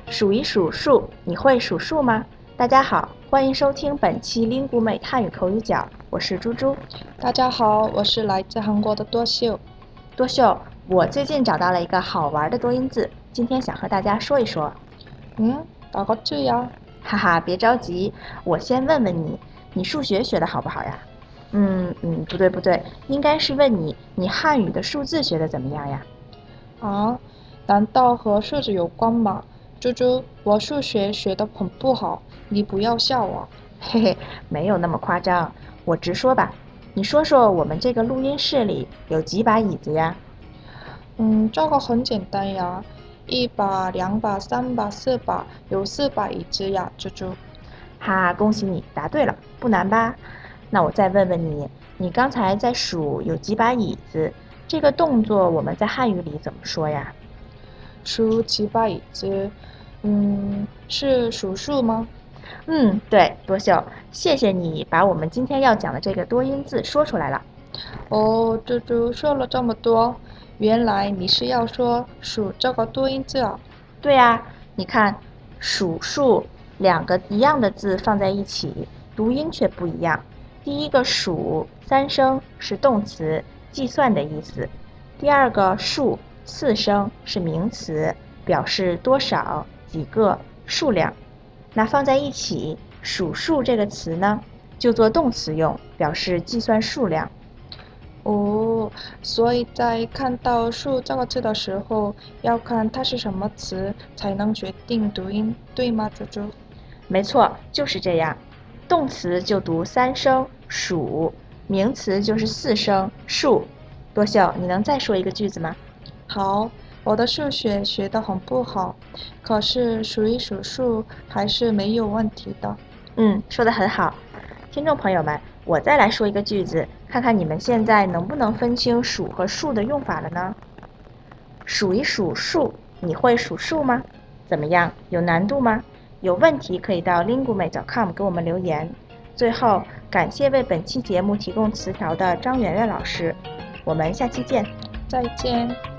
数一数数，你会数数吗？大家好，欢迎收听本期 Linguemate 汉语口语角，我是猪猪。 大家好，我是来自韩国的多秀。 多秀，我最近找到了一个好玩的多音字，今天想和大家说一说。 哪个字呀？ 哈哈，别着急，我先问问你，你数学学得好不好呀？不对，应该是问你汉语的数字学得怎么样呀？ 啊，难道和数字有关吗？猪猪，我数学学得很不好，你不要笑我。 嘿嘿，没有那么夸张，我直说吧。你说说我们这个录音室里有几把椅子呀？ 这个很简单呀，一把、两把、三把、四把，有4把椅子呀，猪猪。 哈，恭喜你答对了，不难吧？那我再问问你，你刚才在数有几把椅子，这个动作我们在汉语里怎么说呀？ 数几把椅子，是数数吗？ 对，多秀，谢谢你把我们今天要讲的这个多音字说出来了。 哦，猪猪说了这么多，原来你是要说数这个多音字啊。 对呀，你看，数数两个一样的字放在一起，读音却不一样。第一个数3声是动词，计算的意思；第二个数4声是名词，表示多少、几个、数量。那放在一起，数数这个词呢，就做动词用，表示计算数量。 哦，所以在看到“数”这个字的时候，要看它是什么词，才能决定读音，对吗，猪猪？ 没错，就是这样。动词就读3声数，名词就是4声数。多秀，你能再说一个句子吗？ 好，我的数学学得很不好，可是数一数数还是没有问题的。 说得很好。听众朋友们，我再来说一个句子，看看你们现在能不能分清数和数的用法了呢？数一数数，你会数数吗？怎么样？有难度吗？有问题可以到 linguemate.com 给我们留言。最后，感谢为本期节目提供词条的张媛媛老师。我们下期见。 再见。